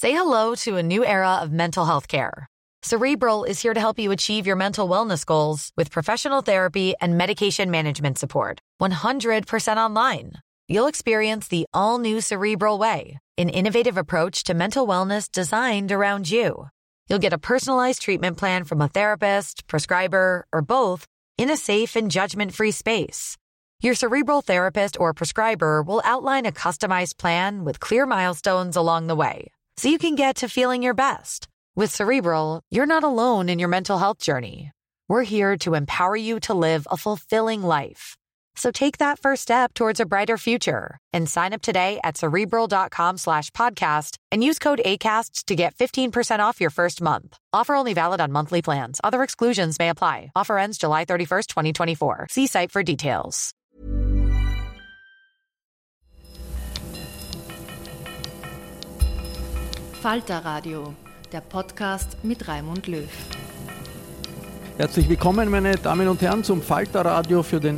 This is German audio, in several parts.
Say hello to a new era of mental health care. Cerebral is here to help you achieve your mental wellness goals with professional therapy and medication management support. 100% online. You'll experience the all-new Cerebral Way, an innovative approach to mental wellness designed around you. You'll get a personalized treatment plan from a therapist, prescriber, or both in a safe and judgment-free space. Your Cerebral therapist or prescriber will outline a customized plan with clear milestones along the way, so you can get to feeling your best. With Cerebral, you're not alone in your mental health journey. We're here to empower you to live a fulfilling life. So take that first step towards a brighter future and sign up today at Cerebral.com/podcast and use code ACAST to get 15% off your first month. Offer only valid on monthly plans. Other exclusions may apply. Offer ends July 31st, 2024. See site for details. Falter Radio, der Podcast mit Raimund Löw. Herzlich willkommen, meine Damen und Herren, zum Falter Radio für den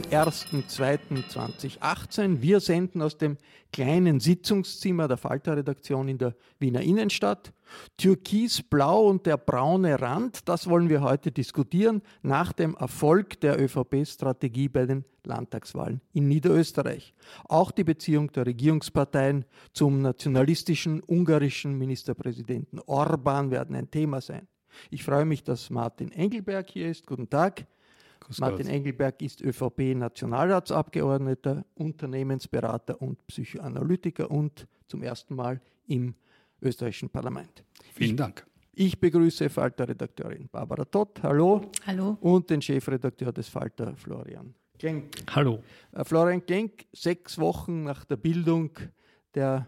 1.2.2018. Wir senden aus dem kleinen Sitzungszimmer der Falter-Redaktion in der Wiener Innenstadt. Türkisblau und der braune Rand, das wollen wir heute diskutieren, nach dem Erfolg der ÖVP-Strategie bei den Landtagswahlen in Niederösterreich. Auch die Beziehung der Regierungsparteien zum nationalistischen ungarischen Ministerpräsidenten Orbán werden ein Thema sein. Ich freue mich, dass Martin Engelberg hier ist. Guten Tag. Martin Engelberg ist ÖVP-Nationalratsabgeordneter, Unternehmensberater und Psychoanalytiker und zum ersten Mal im österreichischen Parlament. Vielen Dank. Ich begrüße Falter-Redakteurin Barbara Todt. Hallo. Hallo. Und den Chefredakteur des Falter, Florian Klenk. Hallo. Florian Klenk, 6 Wochen nach der Bildung der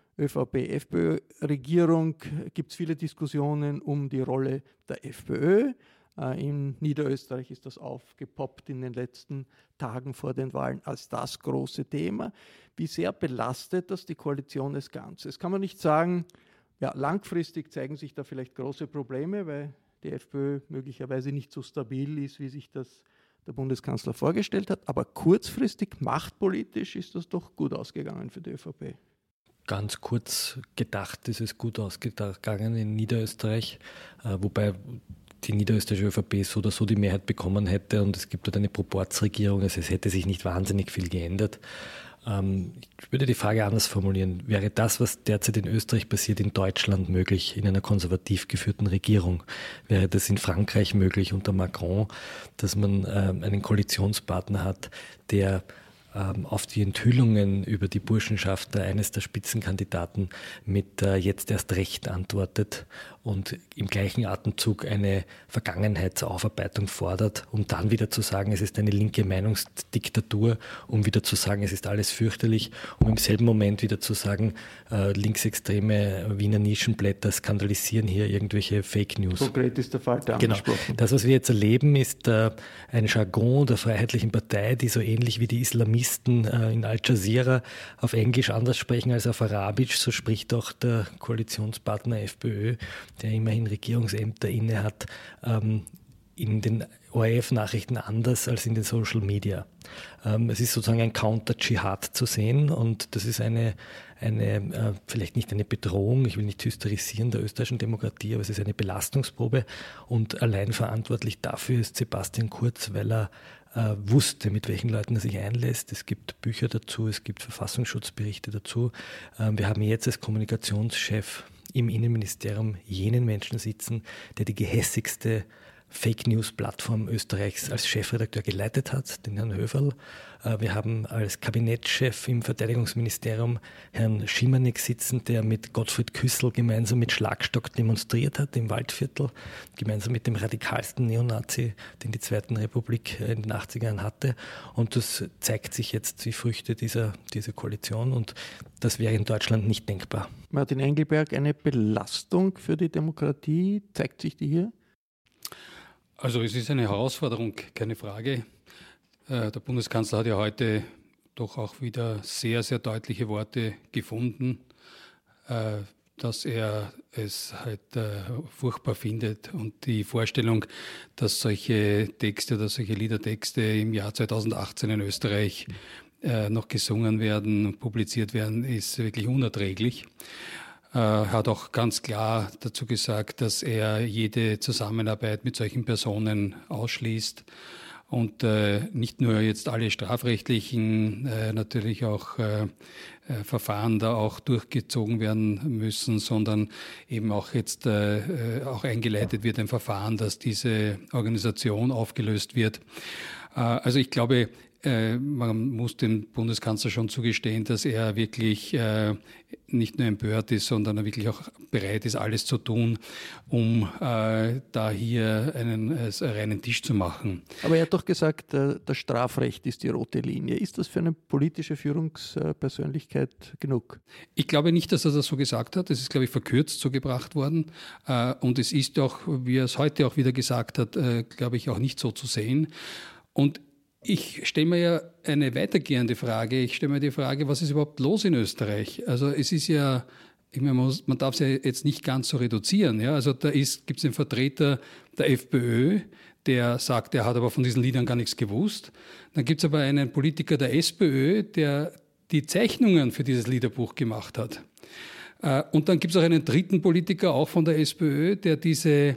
ÖVP-FPÖ-Regierung gibt es viele Diskussionen um die Rolle der FPÖ. In Niederösterreich ist das aufgepoppt in den letzten Tagen vor den Wahlen als das große Thema. Wie sehr belastet das die Koalition des Ganzen? Das kann man nicht sagen, ja, langfristig zeigen sich da vielleicht große Probleme, weil die FPÖ möglicherweise nicht so stabil ist, wie sich das der Bundeskanzler vorgestellt hat. Aber kurzfristig, machtpolitisch ist das doch gut ausgegangen für die ÖVP. Ganz kurz gedacht ist es gut ausgegangen in Niederösterreich, wobei die niederösterreichische ÖVP so oder so die Mehrheit bekommen hätte und es gibt dort eine Proporzregierung, also es hätte sich nicht wahnsinnig viel geändert. Ich würde die Frage anders formulieren. Wäre das, was derzeit in Österreich passiert, in Deutschland möglich, in einer konservativ geführten Regierung? Wäre das in Frankreich möglich unter Macron, dass man einen Koalitionspartner hat, der auf die Enthüllungen über die Burschenschaft eines der Spitzenkandidaten mit jetzt erst recht antwortet und im gleichen Atemzug eine Vergangenheitsaufarbeitung fordert, um dann wieder zu sagen, es ist eine linke Meinungsdiktatur, um wieder zu sagen, es ist alles fürchterlich, um im selben Moment wieder zu sagen, linksextreme Wiener Nischenblätter skandalisieren hier irgendwelche Fake News. Konkret ist der Fall da angesprochen. Genau. Das, was wir jetzt erleben, ist ein Jargon der Freiheitlichen Partei, die so ähnlich wie die Islamisten in Al Jazeera auf Englisch anders sprechen als auf Arabisch. So spricht auch der Koalitionspartner FPÖ, der immerhin Regierungsämter inne hat, in den ORF-Nachrichten anders als in den Social Media. Es ist sozusagen ein Counter-Dschihad zu sehen und das ist eine vielleicht nicht eine Bedrohung, ich will nicht hysterisieren der österreichischen Demokratie, aber es ist eine Belastungsprobe und allein verantwortlich dafür ist Sebastian Kurz, weil er wusste, mit welchen Leuten er sich einlässt. Es gibt Bücher dazu, es gibt Verfassungsschutzberichte dazu. Wir haben jetzt als Kommunikationschef im Innenministerium jenen Menschen sitzen, der die gehässigste Fake-News-Plattform Österreichs als Chefredakteur geleitet hat, den Herrn Höferl. Wir haben als Kabinettschef im Verteidigungsministerium Herrn Schimanek sitzen, der mit Gottfried Küssel gemeinsam mit Schlagstock demonstriert hat im Waldviertel, gemeinsam mit dem radikalsten Neonazi, den die Zweite Republik in den 80er Jahren hatte. Und das zeigt sich jetzt die Früchte dieser Koalition und das wäre in Deutschland nicht denkbar. Martin Engelberg, eine Belastung für die Demokratie, zeigt sich die hier? Also es ist eine Herausforderung, keine Frage. Der Bundeskanzler hat ja heute doch auch wieder sehr, sehr deutliche Worte gefunden, dass er es halt furchtbar findet. Und die Vorstellung, dass solche Texte oder solche Liedertexte im Jahr 2018 in Österreich noch gesungen werden und publiziert werden, ist wirklich unerträglich. hat auch ganz klar dazu gesagt, dass er jede Zusammenarbeit mit solchen Personen ausschließt. Und nicht nur jetzt alle strafrechtlichen, natürlich auch Verfahren da auch durchgezogen werden müssen, sondern eben auch jetzt auch eingeleitet wird ein Verfahren, dass diese Organisation aufgelöst wird. Also ich glaube, man muss dem Bundeskanzler schon zugestehen, dass er wirklich nicht nur empört ist, sondern wirklich auch bereit ist, alles zu tun, um da hier einen reinen Tisch zu machen. Aber er hat doch gesagt, das Strafrecht ist die rote Linie. Ist das für eine politische Führungspersönlichkeit genug? Ich glaube nicht, dass er das so gesagt hat. Das ist, glaube ich, verkürzt so gebracht worden. Und es ist auch, wie er es heute auch wieder gesagt hat, glaube ich, auch nicht so zu sehen. Und ich stelle mir ja eine weitergehende Frage. Ich stelle mir die Frage, was ist überhaupt los in Österreich? Also es ist ja, ich meine, man darf es ja jetzt nicht ganz so reduzieren. Ja? Also da gibt es einen Vertreter der FPÖ, der sagt, er hat aber von diesen Liedern gar nichts gewusst. Dann gibt es aber einen Politiker der SPÖ, der die Zeichnungen für dieses Liederbuch gemacht hat. Und dann gibt es auch einen dritten Politiker, auch von der SPÖ, der diese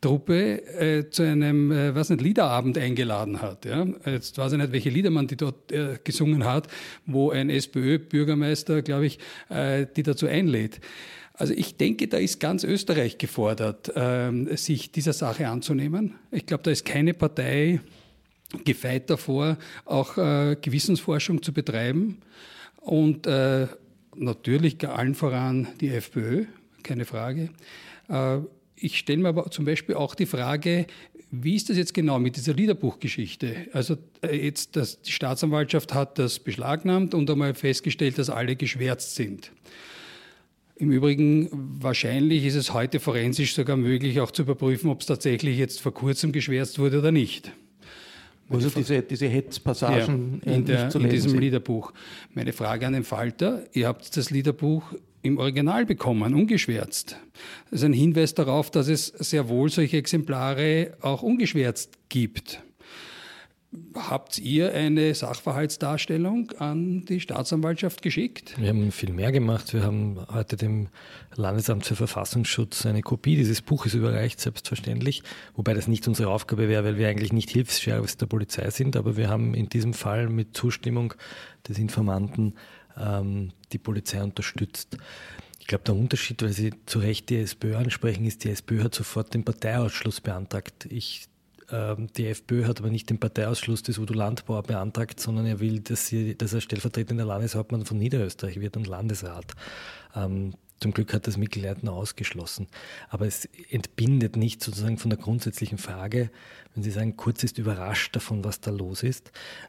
Truppe zu einem, Liederabend eingeladen hat. Ja. Jetzt weiß ich nicht, welche Lieder man die dort gesungen hat, wo ein SPÖ-Bürgermeister, glaube ich, die dazu einlädt. Also ich denke, da ist ganz Österreich gefordert, sich dieser Sache anzunehmen. Ich glaube, da ist keine Partei gefeit davor, auch Gewissensforschung zu betreiben. Und natürlich allen voran die FPÖ, keine Frage. Ich stelle mir aber zum Beispiel auch die Frage, wie ist das jetzt genau mit dieser Liederbuchgeschichte? Also jetzt, die Staatsanwaltschaft hat das beschlagnahmt und einmal festgestellt, dass alle geschwärzt sind. Im Übrigen, wahrscheinlich ist es heute forensisch sogar möglich, auch zu überprüfen, ob es tatsächlich jetzt vor kurzem geschwärzt wurde oder nicht. Also diese Hetzpassagen in diesem Liederbuch. Meine Frage an den Falter, ihr habt das Liederbuch im Original bekommen, ungeschwärzt. Das ist ein Hinweis darauf, dass es sehr wohl solche Exemplare auch ungeschwärzt gibt. Habt ihr eine Sachverhaltsdarstellung an die Staatsanwaltschaft geschickt? Wir haben viel mehr gemacht. Wir haben heute dem Landesamt für Verfassungsschutz eine Kopie dieses Buches überreicht, selbstverständlich. Wobei das nicht unsere Aufgabe wäre, weil wir eigentlich nicht Hilfssheriffs der Polizei sind. Aber wir haben in diesem Fall mit Zustimmung des Informanten die Polizei unterstützt. Ich glaube, der Unterschied, weil Sie zu Recht die SPÖ ansprechen, ist, die SPÖ hat sofort den Parteiausschluss beantragt. Die FPÖ hat aber nicht den Parteiausschluss des Udo Landbauer beantragt, sondern er will, dass er stellvertretender Landeshauptmann von Niederösterreich wird und Landesrat. Zum Glück hat das Mikl Leitner ausgeschlossen. Aber es entbindet nicht sozusagen von der grundsätzlichen Frage, wenn Sie sagen, Kurz ist überrascht davon, was da los ist.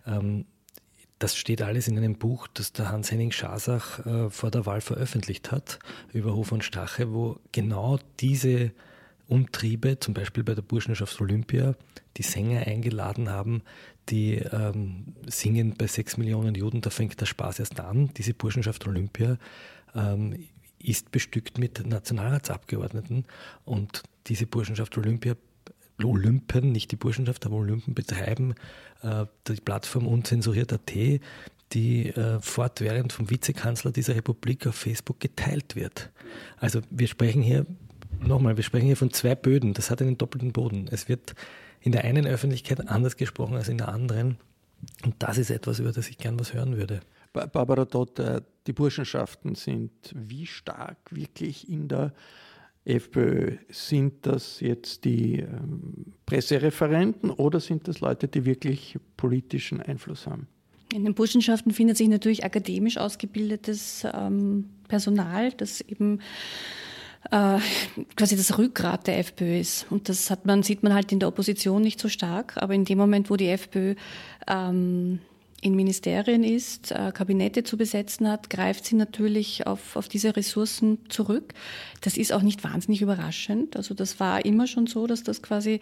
Das steht alles in einem Buch, das der Hans-Henning Schasach vor der Wahl veröffentlicht hat, über Hof und Stache, wo genau diese Umtriebe, zum Beispiel bei der Burschenschaft Olympia, die Sänger eingeladen haben, die singen bei 6 Millionen Juden, da fängt der Spaß erst an. Diese Burschenschaft Olympia ist bestückt mit Nationalratsabgeordneten und diese Burschenschaft Olympen, nicht die Burschenschaft, aber Olympen betreiben die Plattform unzensuriert.at, die fortwährend vom Vizekanzler dieser Republik auf Facebook geteilt wird. Also wir sprechen hier von zwei Böden, das hat einen doppelten Boden. Es wird in der einen Öffentlichkeit anders gesprochen als in der anderen und das ist etwas, über das ich gern was hören würde. Barbara Todt, die Burschenschaften sind wie stark wirklich in der FPÖ? Sind das jetzt die Pressereferenten oder sind das Leute, die wirklich politischen Einfluss haben? In den Burschenschaften findet sich natürlich akademisch ausgebildetes Personal, das eben quasi das Rückgrat der FPÖ ist. Und das sieht man halt in der Opposition nicht so stark. Aber in dem Moment, wo die FPÖ in Ministerien ist, Kabinette zu besetzen hat, greift sie natürlich auf diese Ressourcen zurück. Das ist auch nicht wahnsinnig überraschend. Also das war immer schon so, dass das quasi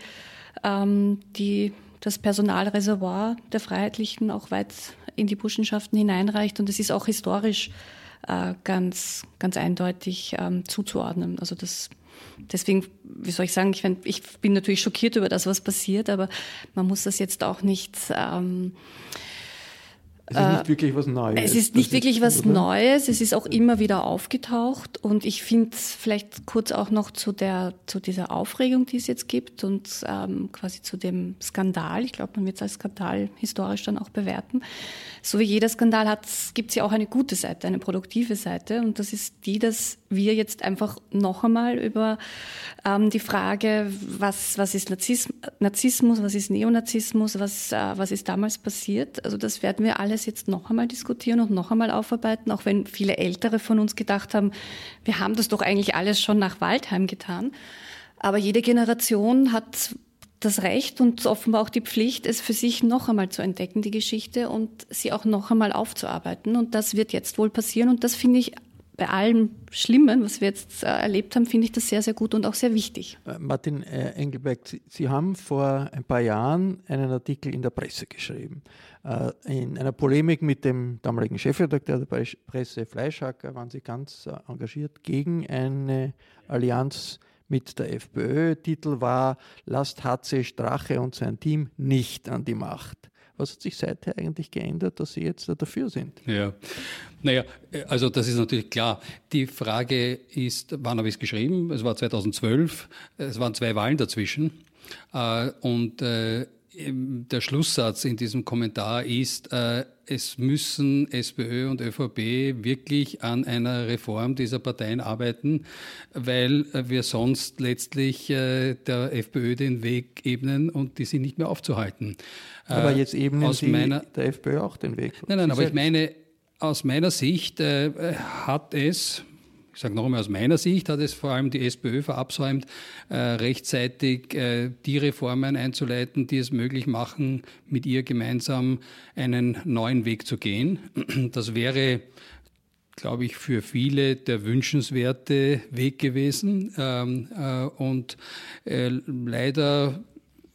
das Personalreservoir der Freiheitlichen auch weit in die Burschenschaften hineinreicht. Und es ist auch historisch ganz eindeutig zuzuordnen. Also deswegen, wie soll ich sagen, ich bin natürlich schockiert über das, was passiert, aber man muss das jetzt auch nicht Es ist nicht wirklich was Neues. Es ist nicht wirklich was Neues, es ist auch immer wieder aufgetaucht und ich finde vielleicht kurz auch noch zu dieser Aufregung, die es jetzt gibt und quasi zu dem Skandal. Ich glaube, man wird es als Skandal historisch dann auch bewerten. So wie jeder Skandal hat, gibt es ja auch eine gute Seite, eine produktive Seite und das ist die, dass wir jetzt einfach noch einmal über die Frage, was ist Narzissmus, was ist Neonazismus, was ist damals passiert, also das werden wir alles jetzt noch einmal diskutieren und noch einmal aufarbeiten, auch wenn viele Ältere von uns gedacht haben, wir haben das doch eigentlich alles schon nach Waldheim getan. Aber jede Generation hat das Recht und offenbar auch die Pflicht, es für sich noch einmal zu entdecken, die Geschichte, und sie auch noch einmal aufzuarbeiten. Und das wird jetzt wohl passieren. Und das finde ich bei allem Schlimmen, was wir jetzt erlebt haben, finde ich das sehr, sehr gut und auch sehr wichtig. Martin Engelberg, Sie haben vor ein paar Jahren einen Artikel in der Presse geschrieben. In einer Polemik mit dem damaligen Chefredakteur der Presse, Fleischhacker, waren Sie ganz engagiert gegen eine Allianz mit der FPÖ. Titel war: Lasst HC Strache und sein Team nicht an die Macht. Was hat sich seither eigentlich geändert, dass Sie jetzt dafür sind? Ja, naja, also das ist natürlich klar. Die Frage ist, wann habe ich es geschrieben? Es war 2012, es waren 2 Wahlen dazwischen und der Schlusssatz in diesem Kommentar ist, es müssen SPÖ und ÖVP wirklich an einer Reform dieser Parteien arbeiten, weil wir sonst letztlich der FPÖ den Weg ebnen und die sind nicht mehr aufzuhalten. Aber jetzt ebnen Sie der FPÖ auch den Weg. Nein, aber ich meine, aus meiner Sicht hat es... Ich sage noch einmal, aus meiner Sicht hat es vor allem die SPÖ verabsäumt, rechtzeitig die Reformen einzuleiten, die es möglich machen, mit ihr gemeinsam einen neuen Weg zu gehen. Das wäre, glaube ich, für viele der wünschenswerte Weg gewesen. Und leider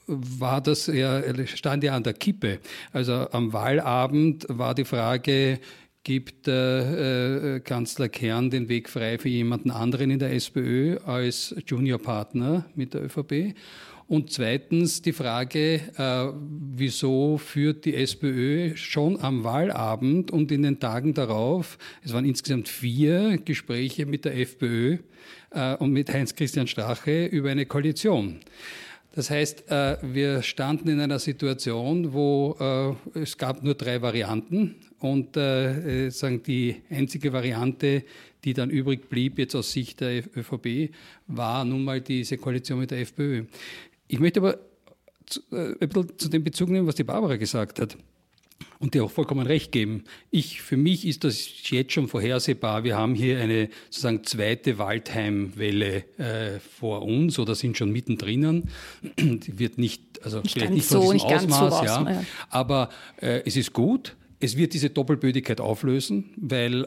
stand ja an der Kippe. Also am Wahlabend war die Frage: Gibt Kanzler Kern den Weg frei für jemanden anderen in der SPÖ als Juniorpartner mit der ÖVP? Und zweitens die Frage, wieso führt die SPÖ schon am Wahlabend und in den Tagen darauf, es waren insgesamt 4 Gespräche mit der FPÖ und mit Heinz-Christian Strache über eine Koalition. Das heißt, wir standen in einer Situation, wo es gab nur 3 Varianten und die einzige Variante, die dann übrig blieb, jetzt aus Sicht der ÖVP, war nun mal diese Koalition mit der FPÖ. Ich möchte aber ein bisschen zu dem Bezug nehmen, was die Barbara gesagt hat. Und dir auch vollkommen recht geben. Für mich ist das jetzt schon vorhersehbar. Wir haben hier eine sozusagen zweite Waldheim-Welle vor uns oder sind schon mittendrin. Die wird nicht, also nicht vielleicht nicht von diesem Ausmaß, ja. Aber es ist gut. Es wird diese Doppelbödigkeit auflösen, weil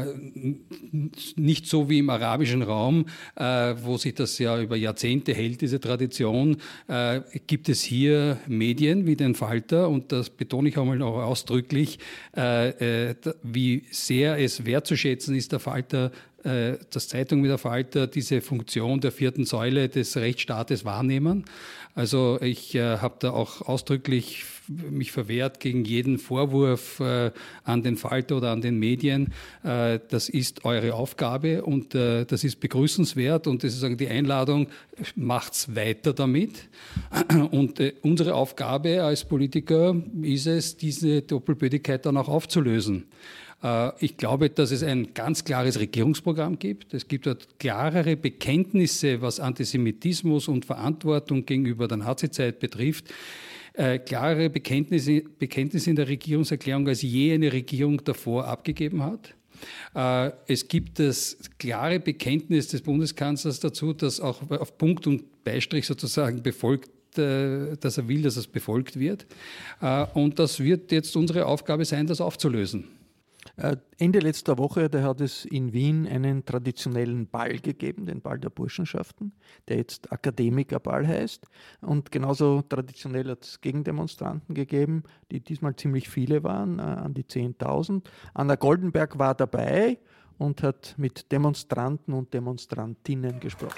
nicht so wie im arabischen Raum, wo sich das ja über Jahrzehnte hält, diese Tradition, gibt es hier Medien wie den Falter, und das betone ich auch mal auch ausdrücklich, wie sehr es wertzuschätzen ist, der Falter, dass Zeitungen wie der Falter diese Funktion der 4. Säule des Rechtsstaates wahrnehmen. Also ich habe da auch ausdrücklich mich verwehrt gegen jeden Vorwurf an den Falter oder an den Medien. Das ist eure Aufgabe und das ist begrüßenswert, und das ist die Einladung, macht's weiter damit. Und unsere Aufgabe als Politiker ist es, diese Doppelbödigkeit dann auch aufzulösen. Ich glaube, dass es ein ganz klares Regierungsprogramm gibt. Es gibt dort klarere Bekenntnisse, was Antisemitismus und Verantwortung gegenüber der Nazizeit betrifft. Klarere Bekenntnisse in der Regierungserklärung, als je eine Regierung davor abgegeben hat. Es gibt das klare Bekenntnis des Bundeskanzlers dazu, dass auch auf Punkt und Beistrich sozusagen befolgt, dass er will, dass es befolgt wird. Und das wird jetzt unsere Aufgabe sein, das aufzulösen. Ende letzter Woche, da hat es in Wien einen traditionellen Ball gegeben, den Ball der Burschenschaften, der jetzt Akademikerball heißt. Und genauso traditionell hat es Gegendemonstranten gegeben, die diesmal ziemlich viele waren, an die 10.000. Anna Goldenberg war dabei und hat mit Demonstranten und Demonstrantinnen gesprochen.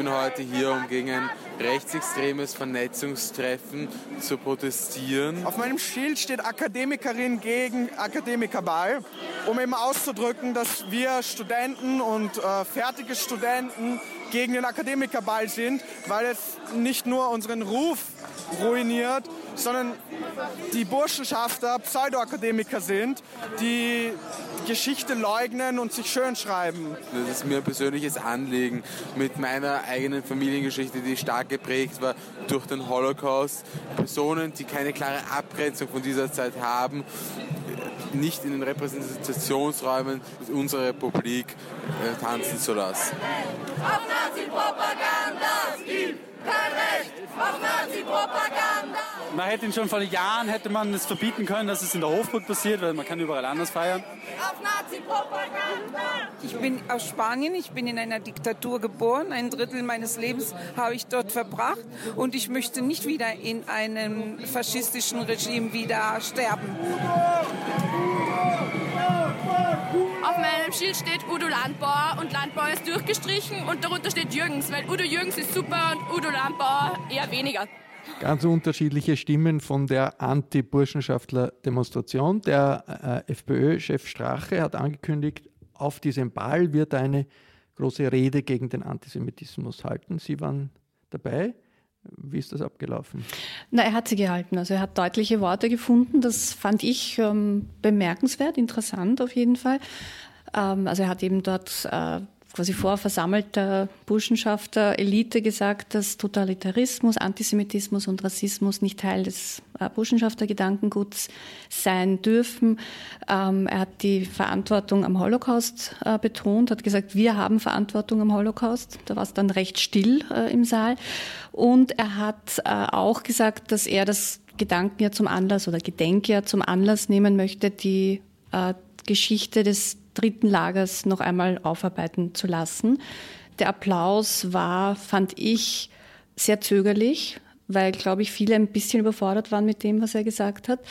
bin heute hier, um gegen ein rechtsextremes Vernetzungstreffen zu protestieren. Auf meinem Schild steht Akademikerin gegen Akademikerball, um eben auszudrücken, dass wir Studenten und fertige Studenten gegen den Akademikerball sind, weil es nicht nur unseren Ruf ruiniert, sondern die Burschenschafter Pseudoakademiker sind, die Geschichte leugnen und sich schön schreiben. Das ist mir ein persönliches Anliegen mit meiner eigenen Familiengeschichte, die stark geprägt war durch den Holocaust. Personen, die keine klare Abgrenzung von dieser Zeit haben, nicht in den Repräsentationsräumen unserer Republik tanzen zu lassen. Auf Nazi-Propaganda, es gibt kein Recht auf Nazi-Propaganda. Man hätte schon vor Jahren es verbieten können, dass es in der Hofburg passiert, weil man kann überall anders feiern. Auf Nazi-Propaganda! Ich bin aus Spanien, ich bin in einer Diktatur geboren, 1/3 meines Lebens habe ich dort verbracht und ich möchte nicht wieder in einem faschistischen Regime wieder sterben. Auf meinem Schild steht Udo Landbauer und Landbauer ist durchgestrichen und darunter steht Jürgens, weil Udo Jürgens ist super und Udo Landbauer eher weniger. Ganz unterschiedliche Stimmen von der Anti-Burschenschaftler-Demonstration. Der FPÖ-Chef Strache hat angekündigt, auf diesem Ball wird er eine große Rede gegen den Antisemitismus halten. Sie waren dabei. Wie ist das abgelaufen? Na, er hat sie gehalten. Also er hat deutliche Worte gefunden. Das fand ich bemerkenswert, interessant auf jeden Fall. Also er hat eben dort quasi vor versammelter Burschenschafter-Elite gesagt, dass Totalitarismus, Antisemitismus und Rassismus nicht Teil des Burschenschafter-Gedankenguts sein dürfen. Er hat die Verantwortung am Holocaust betont, hat gesagt, wir haben Verantwortung am Holocaust. Da war es dann recht still im Saal. Und er hat auch gesagt, dass er das Gedenkenjahr zum Anlass nehmen möchte, die Geschichte des dritten Lagers noch einmal aufarbeiten zu lassen. Der Applaus war, fand ich, sehr zögerlich, weil, glaube ich, viele ein bisschen überfordert waren mit dem, was er gesagt hat.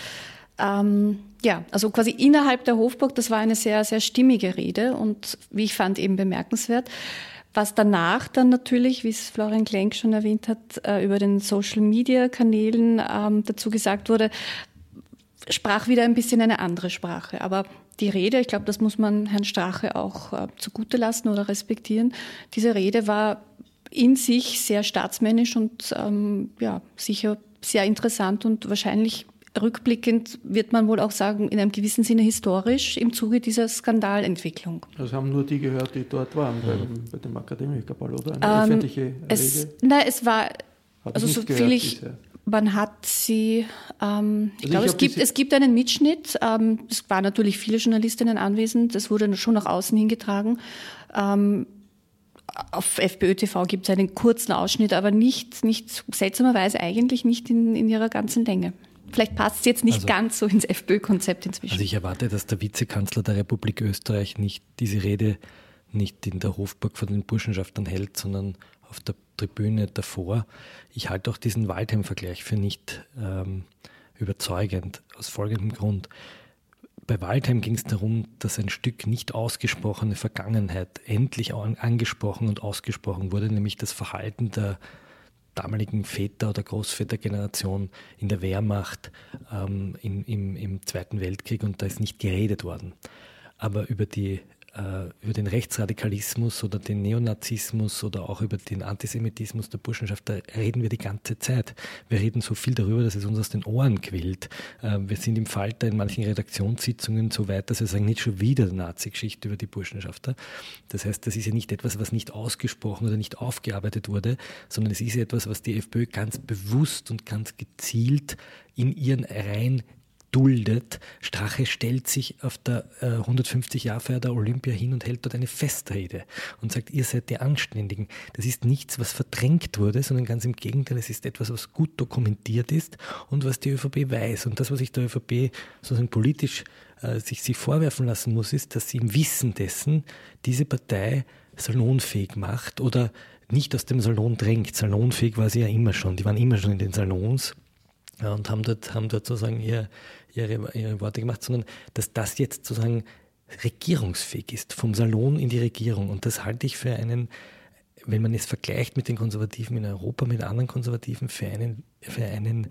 Also quasi innerhalb der Hofburg, das war eine sehr, sehr stimmige Rede und, wie ich fand, eben bemerkenswert. Was danach dann natürlich, wie es Florian Klenk schon erwähnt hat, über den Social-Media-Kanälen dazu gesagt wurde, sprach wieder ein bisschen eine andere Sprache. Aber die Rede, ich glaube, das muss man Herrn Strache auch zugute lassen oder respektieren. Diese Rede war in sich sehr staatsmännisch und sicher sehr interessant und wahrscheinlich rückblickend wird man wohl auch sagen, in einem gewissen Sinne historisch im Zuge dieser Skandalentwicklung. Das haben nur die gehört, die dort waren bei dem Akademikerball, oder? Eine öffentliche Rede? Es war, also so viel man hat sie, ich glaube, es gibt einen Mitschnitt. Es waren natürlich viele Journalistinnen anwesend. Es wurde schon nach außen hingetragen. Auf FPÖ TV gibt es einen kurzen Ausschnitt, aber nicht seltsamerweise eigentlich nicht in ihrer ganzen Länge. Vielleicht passt es jetzt nicht ganz so ins FPÖ-Konzept inzwischen. Also ich erwarte, dass der Vizekanzler der Republik Österreich diese Rede nicht in der Hofburg von den Burschenschaftern hält, sondern auf der Tribüne davor. Ich halte auch diesen Waldheim-Vergleich für nicht überzeugend, aus folgendem Grund. Bei Waldheim ging es darum, dass ein Stück nicht ausgesprochene Vergangenheit endlich angesprochen und ausgesprochen wurde, nämlich das Verhalten der damaligen Väter- oder Großvätergeneration in der Wehrmacht im Zweiten Weltkrieg, und da ist nicht geredet worden. Aber über den Rechtsradikalismus oder den Neonazismus oder auch über den Antisemitismus der Burschenschaft, da reden wir die ganze Zeit. Wir reden so viel darüber, dass es uns aus den Ohren quillt. Wir sind im Falter in manchen Redaktionssitzungen so weit, dass wir sagen, nicht schon wieder eine Nazi-Geschichte über die Burschenschafter. Das heißt, das ist ja nicht etwas, was nicht ausgesprochen oder nicht aufgearbeitet wurde, sondern es ist etwas, was die FPÖ ganz bewusst und ganz gezielt in ihren Reihen duldet. Strache stellt sich auf der 150-Jahr-Feier der Olympia hin und hält dort eine Festrede und sagt, ihr seid die Anständigen. Das ist nichts, was verdrängt wurde, sondern ganz im Gegenteil, es ist etwas, was gut dokumentiert ist und was die ÖVP weiß. Und das, was ich der ÖVP sozusagen politisch sich vorwerfen lassen muss, ist, dass sie im Wissen dessen diese Partei salonfähig macht oder nicht aus dem Salon drängt. Salonfähig war sie ja immer schon. Die waren immer schon in den Salons und haben dort sozusagen ihre Worte gemacht, sondern dass das jetzt sozusagen regierungsfähig ist, vom Salon in die Regierung. Und das halte ich für einen wenn man es vergleicht mit den Konservativen in Europa, mit anderen Konservativen, für eine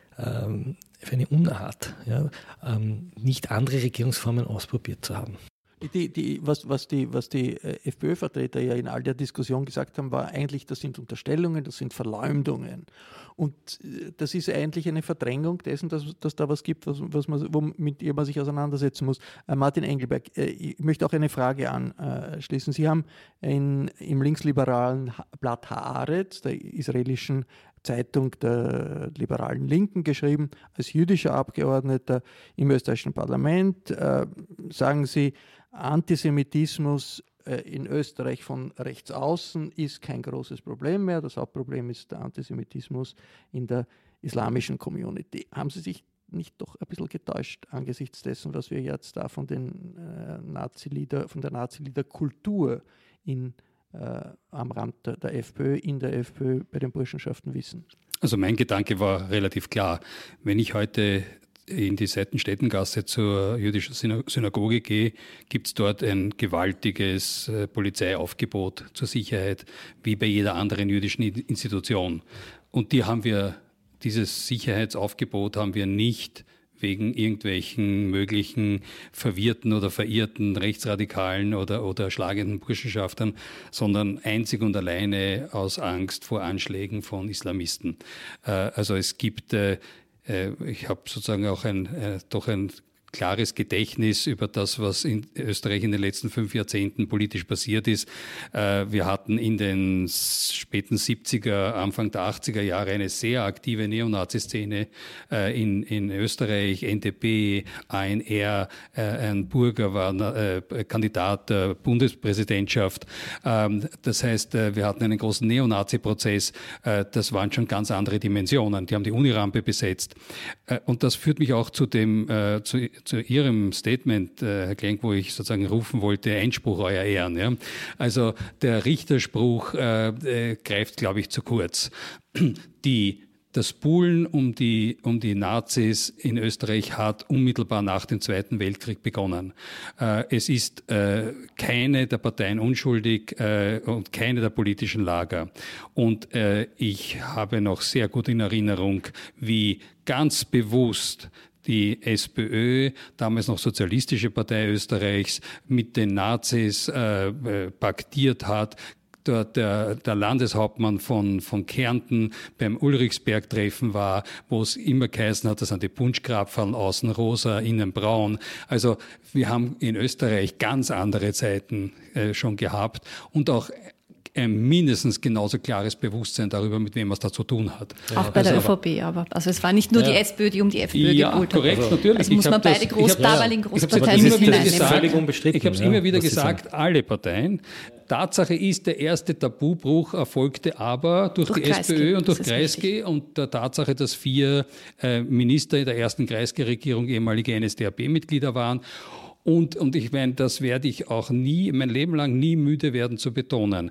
Unart, ja, nicht andere Regierungsformen ausprobiert zu haben. Was die FPÖ-Vertreter ja in all der Diskussion gesagt haben, war eigentlich, das sind Unterstellungen, das sind Verleumdungen. Und das ist eigentlich eine Verdrängung dessen, dass da was gibt, womit man sich auseinandersetzen muss. Martin Engelberg, ich möchte auch eine Frage anschließen. Sie haben im linksliberalen Blatt Haaretz, der israelischen Zeitung der liberalen Linken, geschrieben, als jüdischer Abgeordneter im österreichischen Parlament, sagen Sie, Antisemitismus in Österreich von rechts außen ist kein großes Problem mehr. Das Hauptproblem ist der Antisemitismus in der islamischen Community. Haben Sie sich nicht doch ein bisschen getäuscht angesichts dessen, was wir jetzt da von der Nazi-Lieder-Kultur am Rand der FPÖ, in der FPÖ bei den Burschenschaften wissen? Also mein Gedanke war relativ klar. Wenn ich heute in die Seitenstädtengasse zur jüdischen Synagoge gehe, gibt es dort ein gewaltiges Polizeiaufgebot zur Sicherheit, wie bei jeder anderen jüdischen Institution. Und dieses Sicherheitsaufgebot haben wir nicht wegen irgendwelchen möglichen verwirrten oder verirrten Rechtsradikalen oder schlagenden Burschenschaftern, sondern einzig und alleine aus Angst vor Anschlägen von Islamisten. Also es gibt ich habe sozusagen auch doch ein klares Gedächtnis über das, was in Österreich in den letzten 5 Jahrzehnten politisch passiert ist. Wir hatten in den späten 70er, Anfang der 80er Jahre eine sehr aktive Neonazi-Szene in Österreich, NTB, ANR, ein Burger war Kandidat der Bundespräsidentschaft. Das heißt, wir hatten einen großen Neonazi-Prozess. Das waren schon ganz andere Dimensionen. Die haben die Unirampe besetzt. Und das führt mich auch zu Ihrem Statement, Herr Klenk, wo ich sozusagen rufen wollte, Einspruch, Euer Ehren. Ja? Also der Richterspruch greift, glaube ich, zu kurz. Das Buhlen um die Nazis in Österreich hat unmittelbar nach dem Zweiten Weltkrieg begonnen. Es ist keine der Parteien unschuldig und keine der politischen Lager. Und ich habe noch sehr gut in Erinnerung, wie ganz bewusst die SPÖ, damals noch Sozialistische Partei Österreichs, mit den Nazis paktiert hat. Der Landeshauptmann von Kärnten beim Ulrichsberg-Treffen war, wo es immer geheißen hat, das sind die Punschgrabfallen außen rosa, innen braun. Also wir haben in Österreich ganz andere Zeiten schon gehabt und auch ein mindestens genauso klares Bewusstsein darüber, mit wem man es da zu tun hat. Auch bei der ÖVP, aber also es war nicht nur die SPÖ, die um die FPÖ gebuhlt hat. Ja, korrekt, natürlich. Also muss man beide damaligen Großparteien mit hineinnehmen. Ich habe es immer wieder gesagt, alle Parteien. Tatsache ist, der erste Tabubruch erfolgte aber durch die SPÖ und durch Kreisky und der Tatsache, dass 4 Minister der ersten Kreisky-Regierung ehemalige NSDAP-Mitglieder waren. Und ich meine, das werde ich auch mein Leben lang nie müde werden zu betonen.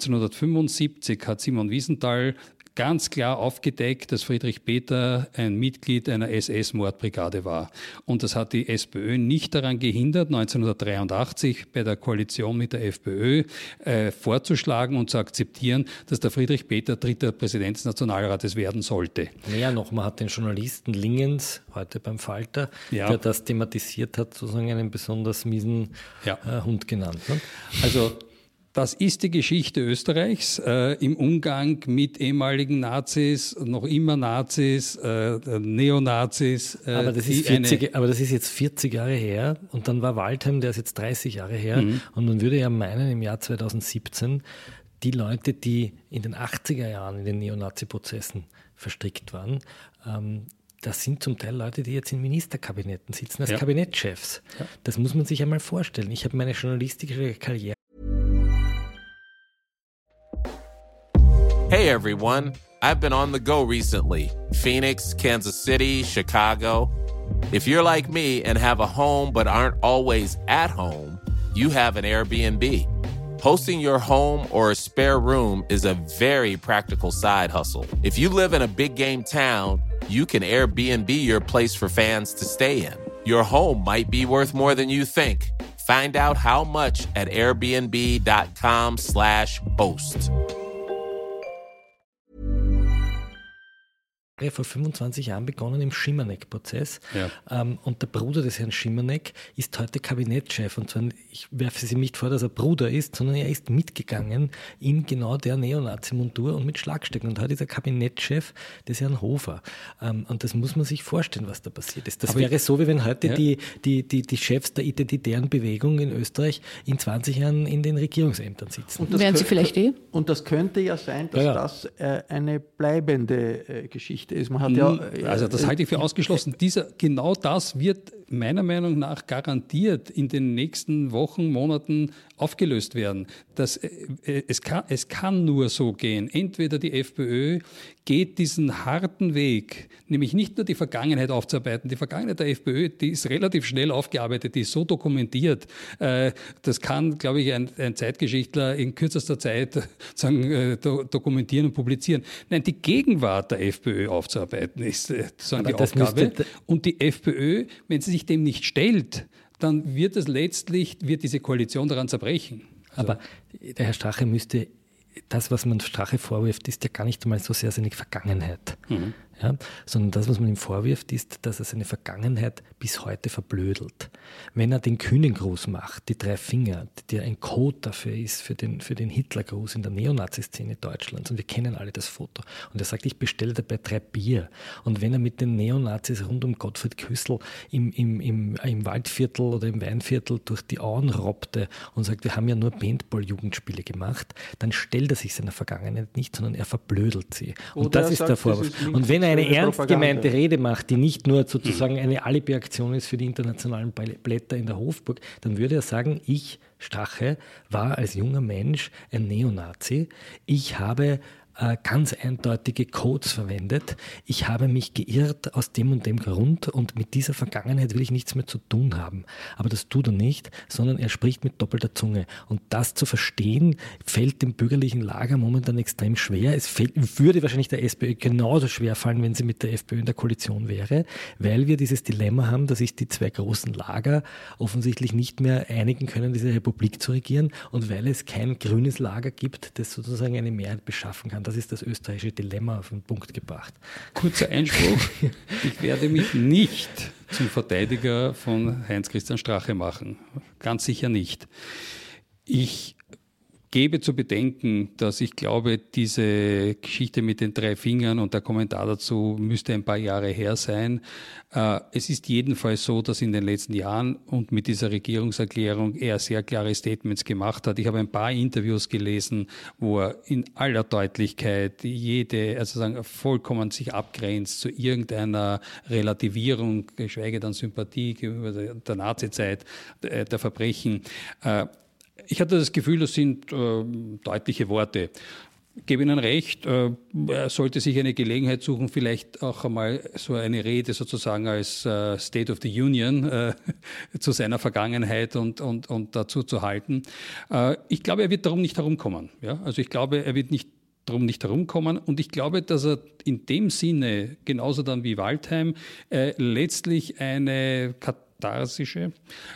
1975 hat Simon Wiesenthal ganz klar aufgedeckt, dass Friedrich Peter ein Mitglied einer SS-Mordbrigade war. Und das hat die SPÖ nicht daran gehindert, 1983 bei der Koalition mit der FPÖ vorzuschlagen und zu akzeptieren, dass der Friedrich Peter 3. Präsident des Nationalrates werden sollte. Mehr noch, man hat den Journalisten Lingens, heute beim Falter, der das thematisiert hat, sozusagen einen besonders miesen Hund genannt. Ne? Also das ist die Geschichte Österreichs im Umgang mit ehemaligen Nazis, noch immer Nazis, Neonazis. Aber das ist jetzt 40 Jahre her und dann war Waldheim, der ist jetzt 30 Jahre her. Und man würde ja meinen, im Jahr 2017, die Leute, die in den 80er Jahren in den Neonazi-Prozessen verstrickt waren, das sind zum Teil Leute, die jetzt in Ministerkabinetten sitzen, als Kabinettschefs. Ja. Das muss man sich einmal vorstellen. Ich habe meine journalistische Karriere. Hey everyone, I've been on the go recently. Phoenix, Kansas City, Chicago. If you're like me and have a home but aren't always at home, you have an Airbnb. Hosting your home or a spare room is a very practical side hustle. If you live in a big game town, you can Airbnb your place for fans to stay in. Your home might be worth more than you think. Find out how much at airbnb.com/host. Vor 25 Jahren begonnen im Schimanek-Prozess. Ja. Und der Bruder des Herrn Schimanek ist heute Kabinettschef. Und zwar, ich werfe es ihm nicht vor, dass er Bruder ist, sondern er ist mitgegangen in genau der Neonazi-Montur und mit Schlagstecken. Und heute ist er Kabinettschef des Herrn Hofer. Und das muss man sich vorstellen, was da passiert ist. Das wäre so, wie wenn heute die Chefs der identitären Bewegung in Österreich in 20 Jahren in den Regierungsämtern sitzen. Wären sie vielleicht Und das könnte ja sein, dass das eine bleibende Geschichte ist. Man hat also das halte ich für ausgeschlossen. Genau das wird meiner Meinung nach garantiert in den nächsten Wochen, Monaten aufgelöst werden. Es kann nur so gehen. Entweder die FPÖ geht diesen harten Weg, nämlich nicht nur die Vergangenheit aufzuarbeiten. Die Vergangenheit der FPÖ, die ist relativ schnell aufgearbeitet, die ist so dokumentiert. Das kann, glaube ich, ein Zeitgeschichtler in kürzester Zeit dokumentieren und publizieren. Nein, die Gegenwart der FPÖ aufzuarbeiten ist die Aufgabe. Und die FPÖ, wenn sie sich dem nicht stellt, dann wird diese Koalition daran zerbrechen. Aber der Herr Strache müsste, das, was man Strache vorwirft, ist ja gar nicht einmal so sehr seine Vergangenheit. Mhm. Ja, sondern das, was man ihm vorwirft, ist, dass er seine Vergangenheit bis heute verblödelt. Wenn er den Kühnengruß macht, die 3 Finger, der ein Code dafür ist, für den Hitlergruß in der Neonazi-Szene Deutschlands, und wir kennen alle das Foto, und er sagt, ich bestelle dabei 3 Bier. Und wenn er mit den Neonazis rund um Gottfried Küssel im Waldviertel oder im Weinviertel durch die Auen robbte und sagt, wir haben ja nur Paintball-Jugendspiele gemacht, dann stellt er sich seiner Vergangenheit nicht, sondern er verblödelt sie. Und das ist der Vorwurf. Und wenn er eine ernst gemeinte Rede macht, die nicht nur sozusagen eine Alibi-Aktion ist für die internationalen Blätter in der Hofburg, dann würde er sagen, ich, Strache, war als junger Mensch ein Neonazi. Ich habe ganz eindeutige Codes verwendet. Ich habe mich geirrt aus dem und dem Grund und mit dieser Vergangenheit will ich nichts mehr zu tun haben. Aber das tut er nicht, sondern er spricht mit doppelter Zunge. Und das zu verstehen, fällt dem bürgerlichen Lager momentan extrem schwer. Würde wahrscheinlich der SPÖ genauso schwer fallen, wenn sie mit der FPÖ in der Koalition wäre, weil wir dieses Dilemma haben, dass sich die 2 großen Lager offensichtlich nicht mehr einigen können, diese Republik zu regieren, und weil es kein grünes Lager gibt, das sozusagen eine Mehrheit beschaffen kann. Das ist das österreichische Dilemma auf den Punkt gebracht. Kurzer Einspruch. Ich werde mich nicht zum Verteidiger von Heinz-Christian Strache machen. Ganz sicher nicht. Ich gebe zu bedenken, dass ich glaube, diese Geschichte mit den 3 Fingern und der Kommentar dazu müsste ein paar Jahre her sein. Es ist jedenfalls so, dass in den letzten Jahren und mit dieser Regierungserklärung er sehr klare Statements gemacht hat. Ich habe ein paar Interviews gelesen, wo er in aller Deutlichkeit vollkommen sich abgrenzt zu irgendeiner Relativierung, geschweige denn Sympathie gegenüber der Nazizeit, der Verbrechen. Ich hatte das Gefühl, das sind deutliche Worte. Ich gebe Ihnen recht, er sollte sich eine Gelegenheit suchen, vielleicht auch einmal so eine Rede sozusagen als State of the Union zu seiner Vergangenheit und dazu zu halten. Ich glaube, er wird darum nicht herumkommen. Ja? Also ich glaube, er wird nicht herumkommen, und ich glaube, dass er in dem Sinne, genauso dann wie Waldheim, letztlich eine katharsische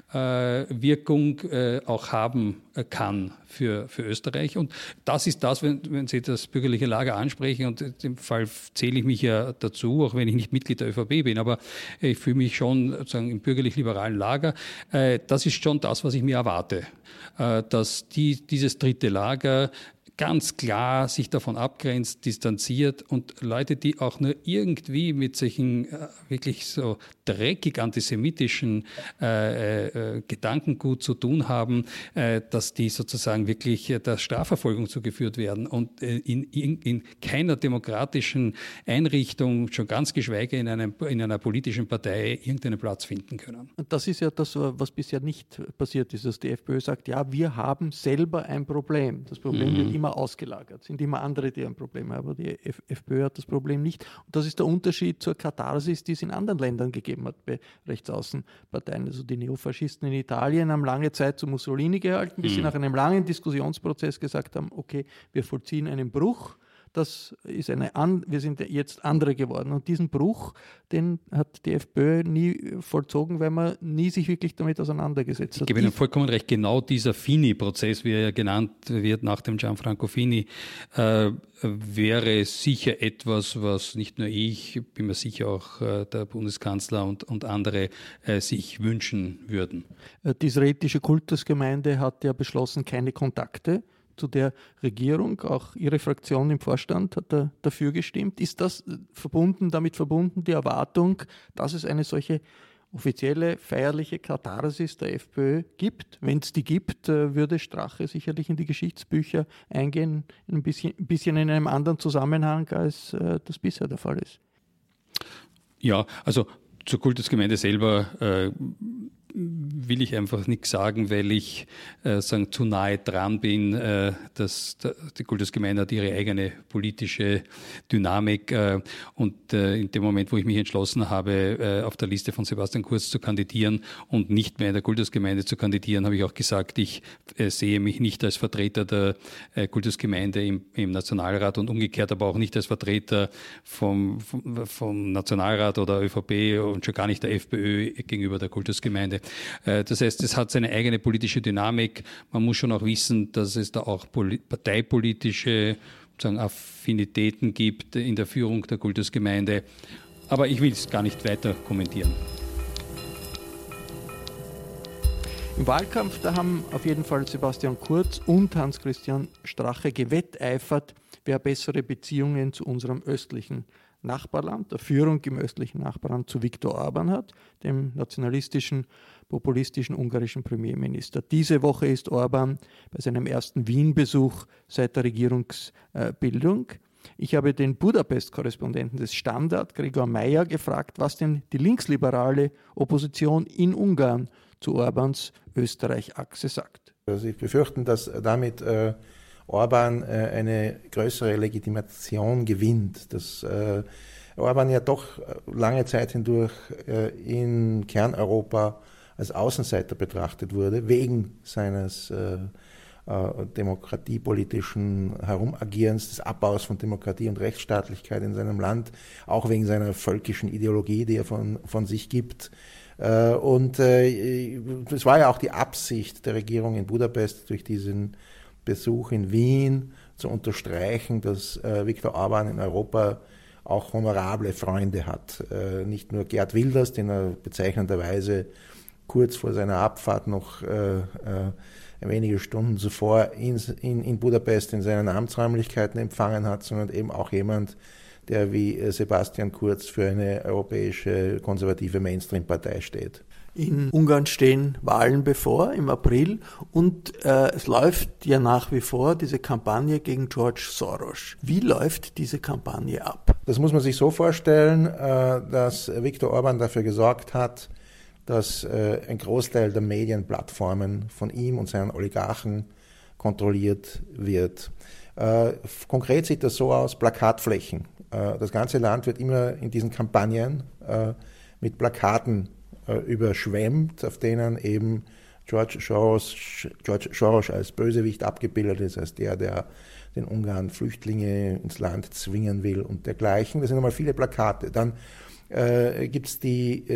Wirkung auch haben kann für Österreich. Und das ist das, wenn Sie das bürgerliche Lager ansprechen, und in dem Fall zähle ich mich ja dazu, auch wenn ich nicht Mitglied der ÖVP bin, aber ich fühle mich schon sozusagen im bürgerlich-liberalen Lager. Das ist schon das, was ich mir erwarte, dass dieses dritte Lager ganz klar sich davon abgrenzt, distanziert, und Leute, die auch nur irgendwie mit solchen wirklich so dreckig antisemitischen Gedankengut zu tun haben, dass die sozusagen wirklich der Strafverfolgung zugeführt werden und in keiner demokratischen Einrichtung, schon ganz geschweige in einer politischen Partei, irgendeinen Platz finden können. Und das ist ja das, was bisher nicht passiert ist, dass die FPÖ sagt, ja, wir haben selber ein Problem. Das Problem wird immer ausgelagert, sind immer andere, die ein Problem haben, aber die FPÖ hat das Problem nicht. Und das ist der Unterschied zur Katharsis, die es in anderen Ländern gegeben hat, bei Rechtsaußenparteien. Also die Neofaschisten in Italien haben lange Zeit zu Mussolini gehalten, bis sie nach einem langen Diskussionsprozess gesagt haben, okay, wir vollziehen einen Bruch, das ist wir sind jetzt andere geworden. Und diesen Bruch, den hat die FPÖ nie vollzogen, weil man nie sich wirklich damit auseinandergesetzt hat. Ich gebe Ihnen vollkommen recht, genau dieser Fini-Prozess, wie er ja genannt wird nach dem Gianfranco Fini, wäre sicher etwas, was nicht nur ich, bin mir sicher auch der Bundeskanzler und andere sich wünschen würden. Die israelitische Kultusgemeinde hat ja beschlossen, keine Kontakte zu der Regierung. Auch Ihre Fraktion im Vorstand hat dafür gestimmt. Ist das damit verbunden, die Erwartung, dass es eine solche offizielle, feierliche Katharsis der FPÖ gibt? Wenn es die gibt, würde Strache sicherlich in die Geschichtsbücher eingehen, ein bisschen in einem anderen Zusammenhang, als das bisher der Fall ist. Ja, also zur Kultusgemeinde selber will ich einfach nichts sagen, weil ich zu nahe dran bin. Dass die Kultusgemeinde hat ihre eigene politische Dynamik und in dem Moment, wo ich mich entschlossen habe, auf der Liste von Sebastian Kurz zu kandidieren und nicht mehr in der Kultusgemeinde zu kandidieren, habe ich auch gesagt, ich sehe mich nicht als Vertreter der Kultusgemeinde im Nationalrat und umgekehrt aber auch nicht als Vertreter vom Nationalrat oder ÖVP und schon gar nicht der FPÖ gegenüber der Kultusgemeinde. Das heißt, es hat seine eigene politische Dynamik. Man muss schon auch wissen, dass es da auch parteipolitische Affinitäten gibt in der Führung der Kultusgemeinde. Aber ich will es gar nicht weiter kommentieren. Im Wahlkampf, da haben auf jeden Fall Sebastian Kurz und Hans-Christian Strache gewetteifert, wer bessere Beziehungen zu unserem östlichen Nachbarland, der Führung im östlichen Nachbarland zu Viktor Orbán hat, dem nationalistischen, populistischen ungarischen Premierminister. Diese Woche ist Orbán bei seinem ersten Wien-Besuch seit der Regierungsbildung. Ich habe den Budapest-Korrespondenten des Standard, Gregor Meyer, gefragt, was denn die linksliberale Opposition in Ungarn zu Orbáns Österreich-Achse sagt. Sie befürchten, dass damit Orbán eine größere Legitimation gewinnt, dass Orbán ja doch lange Zeit hindurch in Kerneuropa als Außenseiter betrachtet wurde, wegen seines demokratiepolitischen Herumagierens, des Abbaus von Demokratie und Rechtsstaatlichkeit in seinem Land, auch wegen seiner völkischen Ideologie, die er von sich gibt. Und es war ja auch die Absicht der Regierung in Budapest durch diesen Besuch in Wien zu unterstreichen, dass Viktor Orbán in Europa auch honorable Freunde hat. Nicht nur Geert Wilders, den er bezeichnenderweise kurz vor seiner Abfahrt noch wenige Stunden zuvor in Budapest in seinen Amtsräumlichkeiten empfangen hat, sondern eben auch jemand, der wie Sebastian Kurz für eine europäische konservative Mainstream-Partei steht. In Ungarn stehen Wahlen bevor im April und es läuft ja nach wie vor diese Kampagne gegen George Soros. Wie läuft diese Kampagne ab? Das muss man sich so vorstellen, dass Viktor Orbán dafür gesorgt hat, dass ein Großteil der Medienplattformen von ihm und seinen Oligarchen kontrolliert wird. Konkret sieht das so aus, Plakatflächen. Das ganze Land wird immer in diesen Kampagnen mit Plakaten überschwemmt, auf denen eben George Soros als Bösewicht abgebildet ist, als der den Ungarn Flüchtlinge ins Land zwingen will und dergleichen. Das sind einmal viele Plakate. Dann gibt es die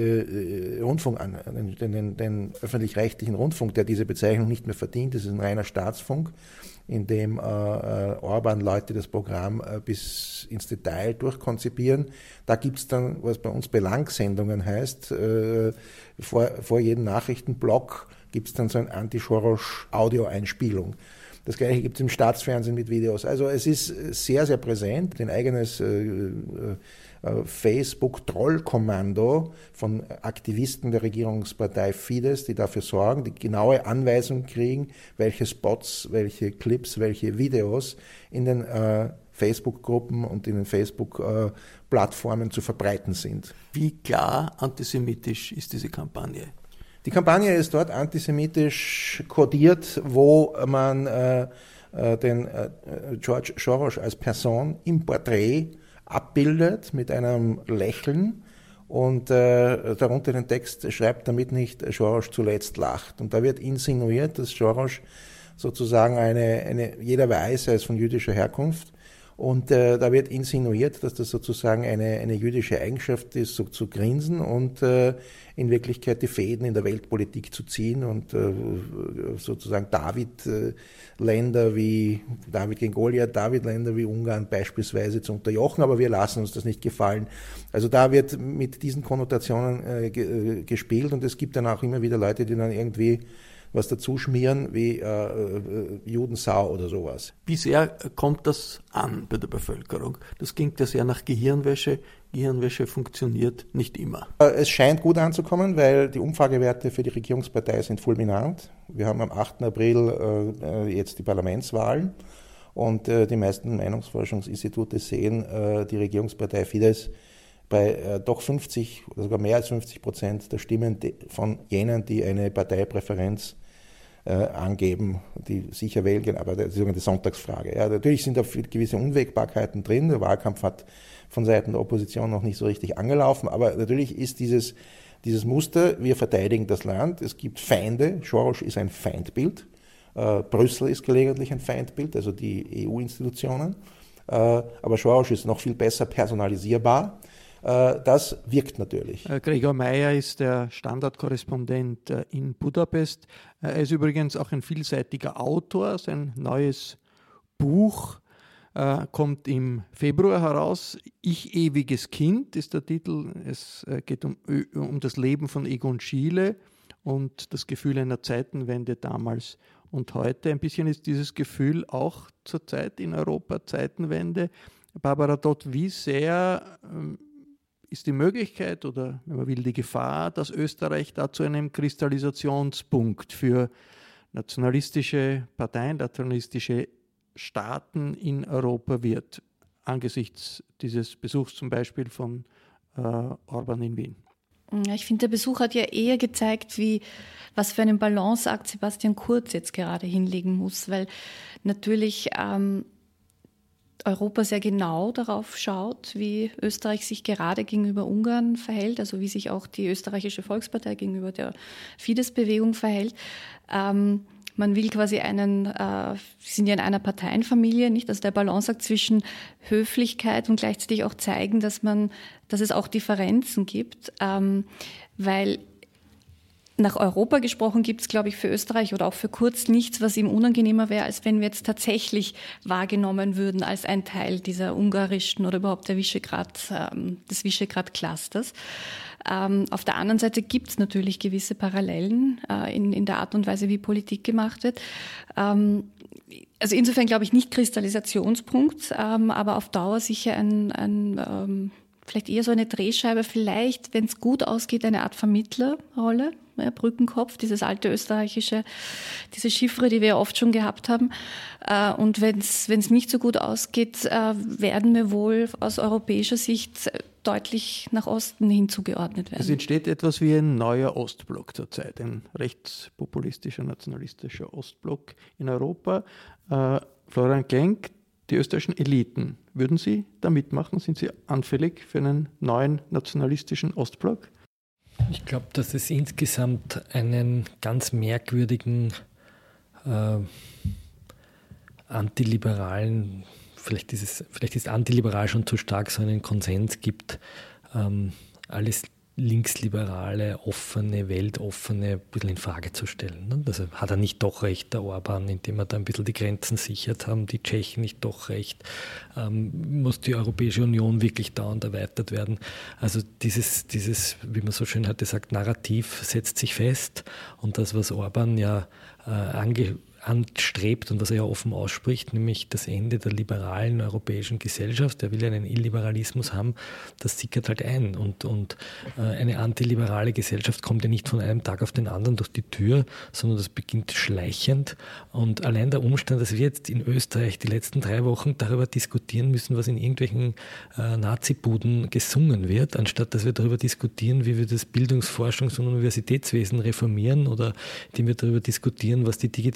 den öffentlich-rechtlichen Rundfunk, der diese Bezeichnung nicht mehr verdient. Das ist ein reiner Staatsfunk, in dem Orbán-Leute das Programm bis ins Detail durchkonzipieren. Da gibt es dann, was bei uns Belangssendungen heißt, vor jedem Nachrichtenblock gibt es dann so ein Anti-Soros-Audio-Einspielung. Das Gleiche gibt es im Staatsfernsehen mit Videos. Also es ist sehr, sehr präsent. Ein eigenes Facebook-Trollkommando von Aktivisten der Regierungspartei Fidesz, die dafür sorgen, die genaue Anweisung kriegen, welche Spots, welche Clips, welche Videos in den Facebook-Gruppen und in den Facebook-Plattformen zu verbreiten sind. Wie klar antisemitisch ist diese Kampagne? Die Kampagne ist dort antisemitisch kodiert, wo man den George Soros als Person im Porträt abbildet mit einem Lächeln und darunter den Text schreibt, damit nicht Soros zuletzt lacht. Und da wird insinuiert, dass Soros sozusagen jeder weiß, er ist von jüdischer Herkunft Und da wird insinuiert, dass das sozusagen eine jüdische Eigenschaft ist, so zu grinsen und in Wirklichkeit die Fäden in der Weltpolitik zu ziehen und sozusagen David-Länder wie David gegen Goliath, David-Länder wie Ungarn beispielsweise zu unterjochen, aber wir lassen uns das nicht gefallen. Also da wird mit diesen Konnotationen gespielt und es gibt dann auch immer wieder Leute, die dann irgendwie was dazu schmieren wie Judensau oder sowas. Wie sehr kommt das an bei der Bevölkerung? Das klingt ja sehr nach Gehirnwäsche. Gehirnwäsche funktioniert nicht immer. Es scheint gut anzukommen, weil die Umfragewerte für die Regierungspartei sind fulminant. Wir haben am 8. April jetzt die Parlamentswahlen und die meisten Meinungsforschungsinstitute sehen die Regierungspartei Fidesz bei doch 50 oder sogar mehr als 50% der Stimmen von jenen, die eine Parteipräferenz angeben, die sicher wählen, aber die sogenannte Sonntagsfrage. Ja, natürlich sind da gewisse Unwägbarkeiten drin. Der Wahlkampf hat von Seiten der Opposition noch nicht so richtig angelaufen, aber natürlich ist dieses Muster, wir verteidigen das Land, es gibt Feinde, Soros ist ein Feindbild, Brüssel ist gelegentlich ein Feindbild, also die EU-Institutionen, aber Soros ist noch viel besser personalisierbar. Das wirkt natürlich. Gregor Meyer ist der Standardkorrespondent in Budapest. Er ist übrigens auch ein vielseitiger Autor. Sein neues Buch kommt im Februar heraus. Ich ewiges Kind ist der Titel. Es geht um das Leben von Egon Schiele und das Gefühl einer Zeitenwende damals und heute. Ein bisschen ist dieses Gefühl auch zurzeit in Europa Zeitenwende. Barbara Todt, wie sehr ist die Möglichkeit oder, wenn man will, die Gefahr, dass Österreich da zu einem Kristallisationspunkt für nationalistische Parteien, nationalistische Staaten in Europa wird, angesichts dieses Besuchs zum Beispiel von Orban in Wien? Ich finde, der Besuch hat ja eher gezeigt, was für einen Balanceakt Sebastian Kurz jetzt gerade hinlegen muss, weil natürlich Europa sehr genau darauf schaut, wie Österreich sich gerade gegenüber Ungarn verhält, also wie sich auch die österreichische Volkspartei gegenüber der Fidesz-Bewegung verhält. Man will quasi wir sind ja in einer Parteienfamilie, nicht? Also der Balanceakt zwischen Höflichkeit und gleichzeitig auch zeigen, dass es auch Differenzen gibt, weil nach Europa gesprochen gibt es, glaube ich, für Österreich oder auch für Kurz nichts, was ihm unangenehmer wäre, als wenn wir jetzt tatsächlich wahrgenommen würden als ein Teil dieser ungarischen oder überhaupt des Visegrad-Clusters. Auf der anderen Seite gibt es natürlich gewisse Parallelen in der Art und Weise, wie Politik gemacht wird. Also insofern glaube ich nicht Kristallisationspunkt, aber auf Dauer sicher vielleicht eher so eine Drehscheibe, vielleicht, wenn es gut ausgeht, eine Art Vermittlerrolle. Ja, Brückenkopf, dieses alte österreichische, diese Chiffre, die wir oft schon gehabt haben. Und wenn es nicht so gut ausgeht, werden wir wohl aus europäischer Sicht deutlich nach Osten hin zugeordnet werden. Es entsteht etwas wie ein neuer Ostblock zurzeit, ein rechtspopulistischer, nationalistischer Ostblock in Europa. Florian Klenk, die österreichischen Eliten, würden Sie da mitmachen? Sind Sie anfällig für einen neuen nationalistischen Ostblock? Ich glaube, dass es insgesamt einen ganz merkwürdigen antiliberalen, vielleicht ist antiliberal schon zu stark, so einen Konsens gibt, alles linksliberale, offene, weltoffene ein bisschen in Frage zu stellen. Also hat er nicht doch recht, der Orban, indem er da ein bisschen die Grenzen sichert, haben die Tschechen nicht doch recht, muss die Europäische Union wirklich dauernd erweitert werden. Also dieses, wie man so schön heute sagt, Narrativ setzt sich fest und das, was Orban ja anstrebt und was er ja offen ausspricht, nämlich das Ende der liberalen europäischen Gesellschaft, der will ja einen Illiberalismus haben, das sickert halt ein und eine antiliberale Gesellschaft kommt ja nicht von einem Tag auf den anderen durch die Tür, sondern das beginnt schleichend und allein der Umstand, dass wir jetzt in Österreich die letzten 3 Wochen darüber diskutieren müssen, was in irgendwelchen Nazi-Buden gesungen wird, anstatt dass wir darüber diskutieren, wie wir das Bildungsforschungs- und Universitätswesen reformieren oder indem wir darüber diskutieren, was die Digitalisierung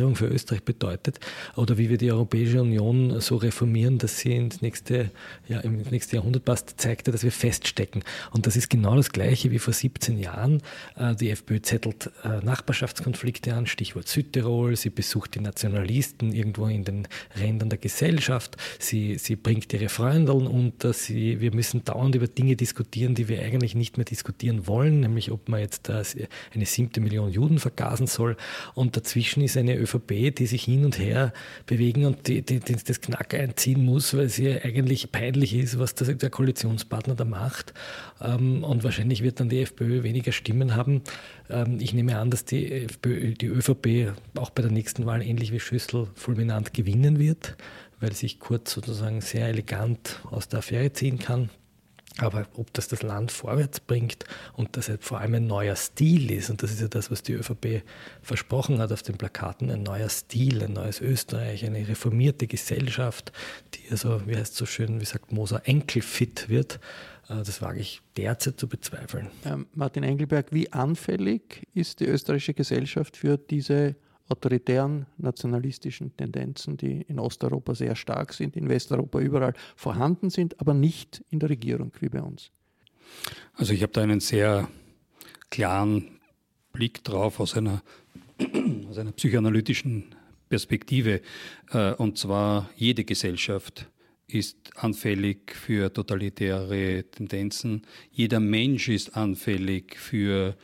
Zentralisierung für Österreich bedeutet oder wie wir die Europäische Union so reformieren, dass sie ins nächste Jahrhundert passt, zeigt dass wir feststecken. Und das ist genau das Gleiche wie vor 17 Jahren. Die FPÖ zettelt Nachbarschaftskonflikte an, Stichwort Südtirol, sie besucht die Nationalisten irgendwo in den Rändern der Gesellschaft, sie bringt ihre Freundeln unter, wir müssen dauernd über Dinge diskutieren, die wir eigentlich nicht mehr diskutieren wollen, nämlich ob man jetzt eine 7. Million Juden vergasen soll. Und dazwischen ist eine ÖVP, die sich hin und her bewegen und die das Knack einziehen muss, weil es ihr eigentlich peinlich ist, was der Koalitionspartner da macht. Und wahrscheinlich wird dann die FPÖ weniger Stimmen haben. Ich nehme an, dass die ÖVP auch bei der nächsten Wahl ähnlich wie Schüssel fulminant gewinnen wird, weil sich Kurz sozusagen sehr elegant aus der Affäre ziehen kann. Aber ob das Land vorwärts bringt und dass vor allem ein neuer Stil ist, und das ist ja das, was die ÖVP versprochen hat auf den Plakaten, ein neuer Stil, ein neues Österreich, eine reformierte Gesellschaft, die also, wie heißt es so schön, wie sagt Moser, enkelfit wird, das wage ich derzeit zu bezweifeln. Martin Engelberg, wie anfällig ist die österreichische Gesellschaft für diese autoritären, nationalistischen Tendenzen, die in Osteuropa sehr stark sind, in Westeuropa überall vorhanden sind, aber nicht in der Regierung wie bei uns? Also ich habe da einen sehr klaren Blick drauf aus einer psychoanalytischen Perspektive. Und zwar jede Gesellschaft ist anfällig für totalitäre Tendenzen. Jeder Mensch ist anfällig für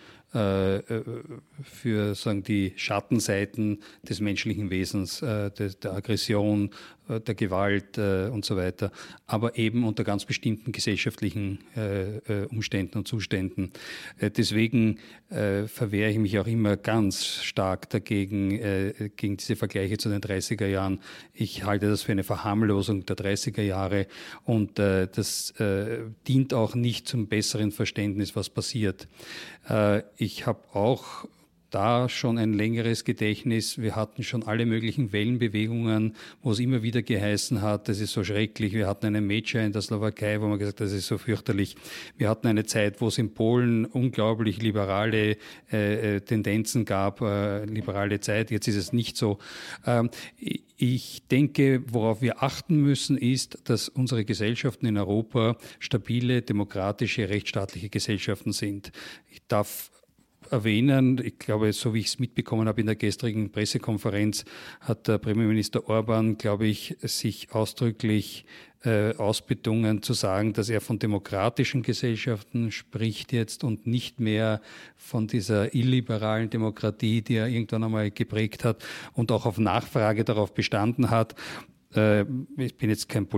sagen die Schattenseiten des menschlichen Wesens, der Aggression, der Gewalt und so weiter, aber eben unter ganz bestimmten gesellschaftlichen Umständen und Zuständen. Deswegen verwehre ich mich auch immer ganz stark dagegen, gegen diese Vergleiche zu den 30er Jahren. Ich halte das für eine Verharmlosung der 30er Jahre und das dient auch nicht zum besseren Verständnis, was passiert. Ich habe auch da schon ein längeres Gedächtnis. Wir hatten schon alle möglichen Wellenbewegungen, wo es immer wieder geheißen hat, das ist so schrecklich. Wir hatten einen Major in der Slowakei, wo man gesagt hat, das ist so fürchterlich. Wir hatten eine Zeit, wo es in Polen unglaublich liberale Tendenzen gab, liberale Zeit. Jetzt ist es nicht so. Ich denke, worauf wir achten müssen, ist, dass unsere Gesellschaften in Europa stabile, demokratische, rechtsstaatliche Gesellschaften sind. Ich darf erwähnen, ich glaube, so wie ich es mitbekommen habe in der gestrigen Pressekonferenz, hat der Premierminister Orban, glaube ich, sich ausdrücklich ausbedungen zu sagen, dass er von demokratischen Gesellschaften spricht jetzt und nicht mehr von dieser illiberalen Demokratie, die er irgendwann einmal geprägt hat und auch auf Nachfrage darauf bestanden hat. Ich bin jetzt kein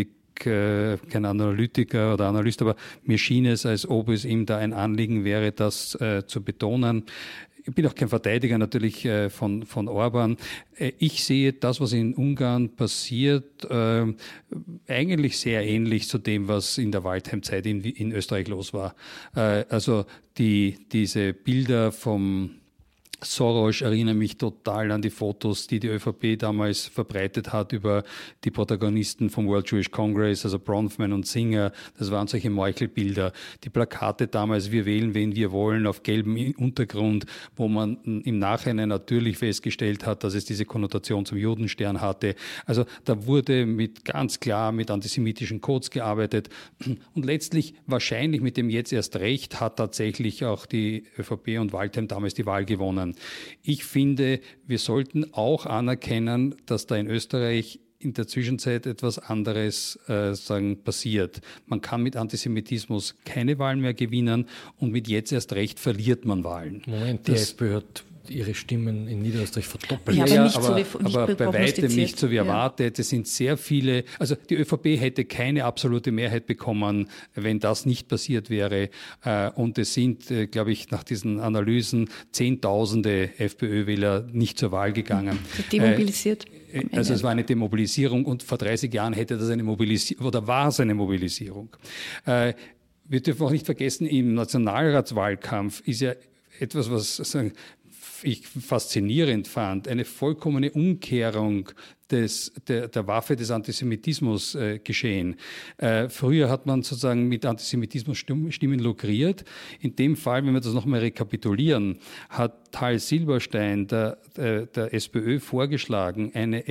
kein Analytiker oder Analyst, aber mir schien es, als ob es ihm da ein Anliegen wäre, das zu betonen. Ich bin auch kein Verteidiger natürlich von Orban. Ich sehe das, was in Ungarn passiert, eigentlich sehr ähnlich zu dem, was in der Waldheim-Zeit in Österreich los war. Also diese Bilder vom Soros erinnern mich total an die Fotos, die ÖVP damals verbreitet hat über die Protagonisten vom World Jewish Congress, also Bronfman und Singer. Das waren solche Meuchelbilder. Die Plakate damals, wir wählen, wen wir wollen, auf gelbem Untergrund, wo man im Nachhinein natürlich festgestellt hat, dass es diese Konnotation zum Judenstern hatte. Also da wurde ganz klar mit antisemitischen Codes gearbeitet. Und letztlich, wahrscheinlich mit dem Jetzt erst recht, hat tatsächlich auch die ÖVP und Waldheim damals die Wahl gewonnen. Ich finde, wir sollten auch anerkennen, dass da in Österreich in der Zwischenzeit etwas anderes passiert. Man kann mit Antisemitismus keine Wahlen mehr gewinnen und mit Jetzt erst recht verliert man Wahlen. Moment, die FPÖ hat ihre Stimmen in Niederösterreich verdoppelt. Ja, aber bei weitem nicht so wie erwartet. Es sind sehr viele, also die ÖVP hätte keine absolute Mehrheit bekommen, wenn das nicht passiert wäre. Und es sind, glaube ich, nach diesen Analysen Zehntausende FPÖ-Wähler nicht zur Wahl gegangen. Demobilisiert. Also es war eine Demobilisierung und vor 30 Jahren hätte das eine Mobilisierung, oder war es eine Mobilisierung. Wir dürfen auch nicht vergessen, im Nationalratswahlkampf ist ja etwas, was ich faszinierend fand, eine vollkommene Umkehrung der Waffe des Antisemitismus geschehen. Früher hat man sozusagen mit Antisemitismus Stimmen lukriert. In dem Fall, wenn wir das nochmal rekapitulieren, hat Tal Silberstein der SPÖ vorgeschlagen, eine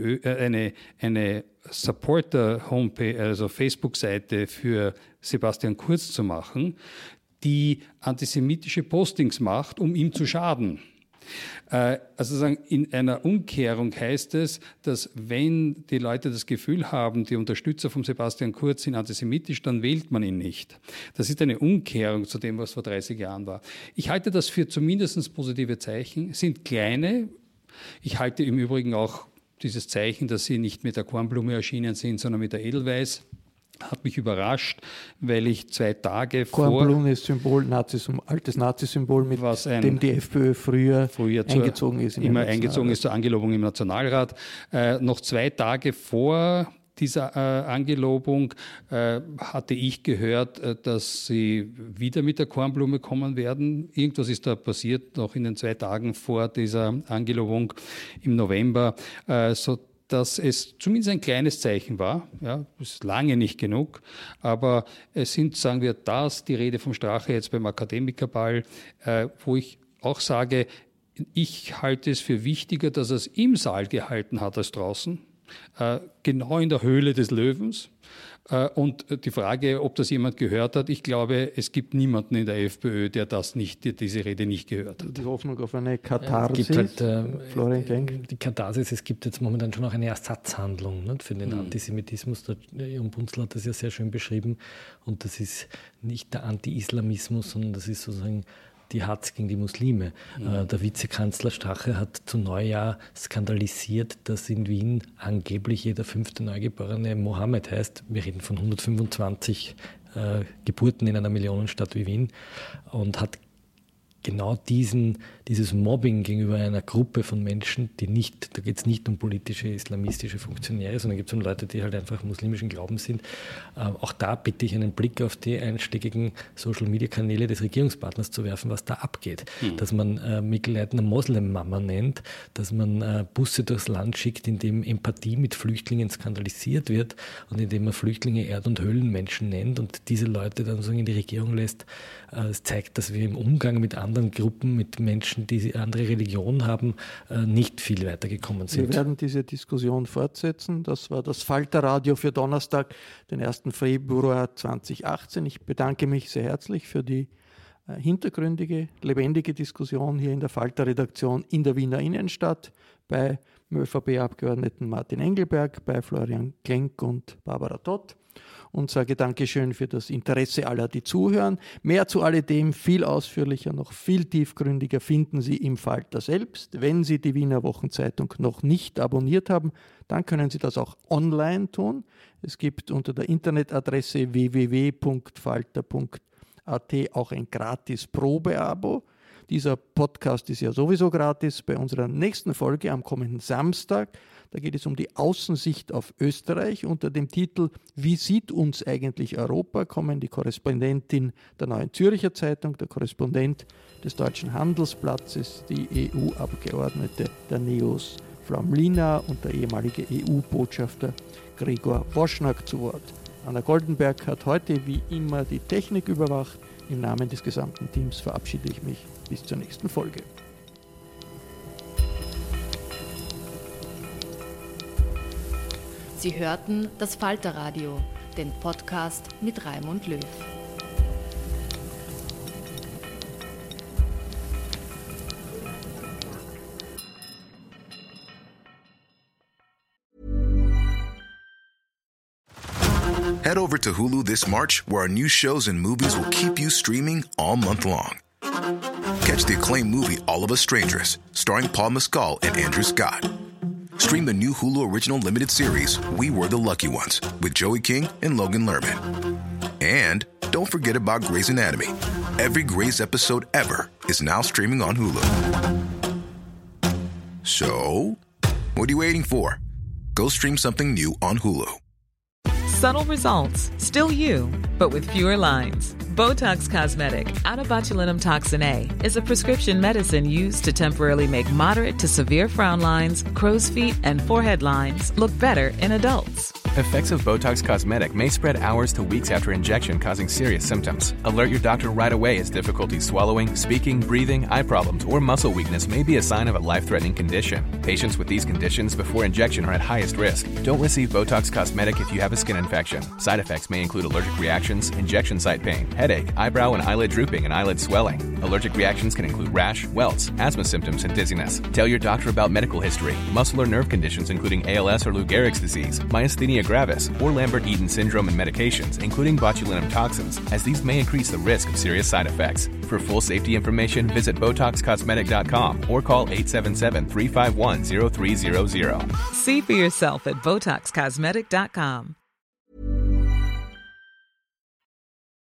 Supporter-Homepage, also Facebook-Seite für Sebastian Kurz zu machen, die antisemitische Postings macht, um ihm zu schaden. Also sagen, in einer Umkehrung heißt es, dass wenn die Leute das Gefühl haben, die Unterstützer von Sebastian Kurz sind antisemitisch, dann wählt man ihn nicht. Das ist eine Umkehrung zu dem, was vor 30 Jahren war. Ich halte das für zumindest positive Zeichen, sind kleine. Ich halte im Übrigen auch dieses Zeichen, dass sie nicht mit der Kornblume erschienen sind, sondern mit der Edelweiß, hat mich überrascht, weil ich 2 Tage vor... Kornblume ist Symbol, altes Nazi-Symbol, mit dem die FPÖ früher eingezogen ist. Immer eingezogen ist zur Angelobung im Nationalrat. Noch 2 Tage vor dieser Angelobung hatte ich gehört, dass sie wieder mit der Kornblume kommen werden. Irgendwas ist da passiert, noch in den 2 Tagen vor dieser Angelobung im November, dass es zumindest ein kleines Zeichen war. Ja, ist lange nicht genug, aber es sind, sagen wir, die Rede vom Strache jetzt beim Akademikerball, wo ich auch sage, ich halte es für wichtiger, dass er es im Saal gehalten hat als draußen, genau in der Höhle des Löwens. Und die Frage, ob das jemand gehört hat, ich glaube, es gibt niemanden in der FPÖ, der diese Rede nicht gehört hat. Die Hoffnung auf eine Katharsis, Florian Klenk. Die Katharsis, es gibt jetzt momentan schon auch eine Ersatzhandlung, nicht, für den Antisemitismus. Der Jon Bunzl hat das ja sehr schön beschrieben. Und das ist nicht der Anti-Islamismus, sondern das ist sozusagen die Hatz gegen die Muslime. Der Vizekanzler Strache hat zu Neujahr skandalisiert, dass in Wien angeblich jeder 5. Neugeborene Mohammed heißt. Wir reden von 125 Geburten in einer Millionenstadt wie Wien, und hat genau dieses Mobbing gegenüber einer Gruppe von Menschen, da geht es nicht um politische islamistische Funktionäre, sondern geht es um Leute, die halt einfach muslimischen Glaubens sind. Auch da bitte ich einen Blick auf die einschlägigen Social-Media-Kanäle des Regierungspartners zu werfen, was da abgeht. Dass man Mikl-Leitner Moslem-Mama nennt, dass man Busse durchs Land schickt, in dem Empathie mit Flüchtlingen skandalisiert wird und in dem man Flüchtlinge Erd- und Höhlenmenschen nennt und diese Leute dann so in die Regierung lässt. Es zeigt, dass wir im Umgang mit anderen Gruppen, mit Menschen, die andere Religion haben, nicht viel weitergekommen sind. Wir werden diese Diskussion fortsetzen. Das war das Falter-Radio für Donnerstag, den 1. Februar 2018. Ich bedanke mich sehr herzlich für die hintergründige, lebendige Diskussion hier in der Falter-Redaktion in der Wiener Innenstadt bei ÖVP-Abgeordneten Martin Engelberg, bei Florian Klenk und Barbara Todt. Und sage Dankeschön für das Interesse aller, die zuhören. Mehr zu alledem, viel ausführlicher, noch viel tiefgründiger finden Sie im Falter selbst. Wenn Sie die Wiener Wochenzeitung noch nicht abonniert haben, dann können Sie das auch online tun. Es gibt unter der Internetadresse www.falter.at auch ein gratis Probeabo. Dieser Podcast ist ja sowieso gratis. Bei unserer nächsten Folge am kommenden Samstag, da geht es um die Außensicht auf Österreich. Unter dem Titel Wie sieht uns eigentlich Europa? Kommen die Korrespondentin der Neuen Zürcher Zeitung, der Korrespondent des Deutschen Handelsblattes, die EU-Abgeordnete der NEOS Flamlina und der ehemalige EU-Botschafter Gregor Woschnack zu Wort. Anna Goldenberg hat heute wie immer die Technik überwacht. Im Namen des gesamten Teams verabschiede ich mich bis zur nächsten Folge. Sie hörten das Falter-Radio, den Podcast mit Raimund Löw. Head over to Hulu this March, where our new shows and movies will keep you streaming all month long. Catch the acclaimed movie All of Us Strangers, starring Paul Mescal and Andrew Scott. Stream the new Hulu original limited series We Were the Lucky Ones with Joey King and Logan Lerman. And don't forget about Grey's Anatomy. Every Grey's episode ever is now streaming on Hulu. So, what are you waiting for? Go stream something new on Hulu. Subtle results, still you, but with fewer lines. Botox Cosmetic, out of botulinum toxin A, is a prescription medicine used to temporarily make moderate to severe frown lines, crow's feet, and forehead lines look better in adults. Effects of Botox Cosmetic may spread hours to weeks after injection, causing serious symptoms. Alert your doctor right away as difficulty swallowing, speaking, breathing, eye problems, or muscle weakness may be a sign of a life-threatening condition. Patients with these conditions before injection are at highest risk. Don't receive Botox Cosmetic if you have a skin infection. Side effects may include allergic reactions, injection site pain, headache, eyebrow and eyelid drooping, and eyelid swelling. Allergic reactions can include rash, welts, asthma symptoms, and dizziness. Tell your doctor about medical history, muscle or nerve conditions including ALS or Lou Gehrig's disease, myasthenia gravis, or Lambert-Eaton syndrome, and medications, including botulinum toxins, as these may increase the risk of serious side effects. For full safety information, visit BotoxCosmetic.com or call 877-351-0300. See for yourself at BotoxCosmetic.com.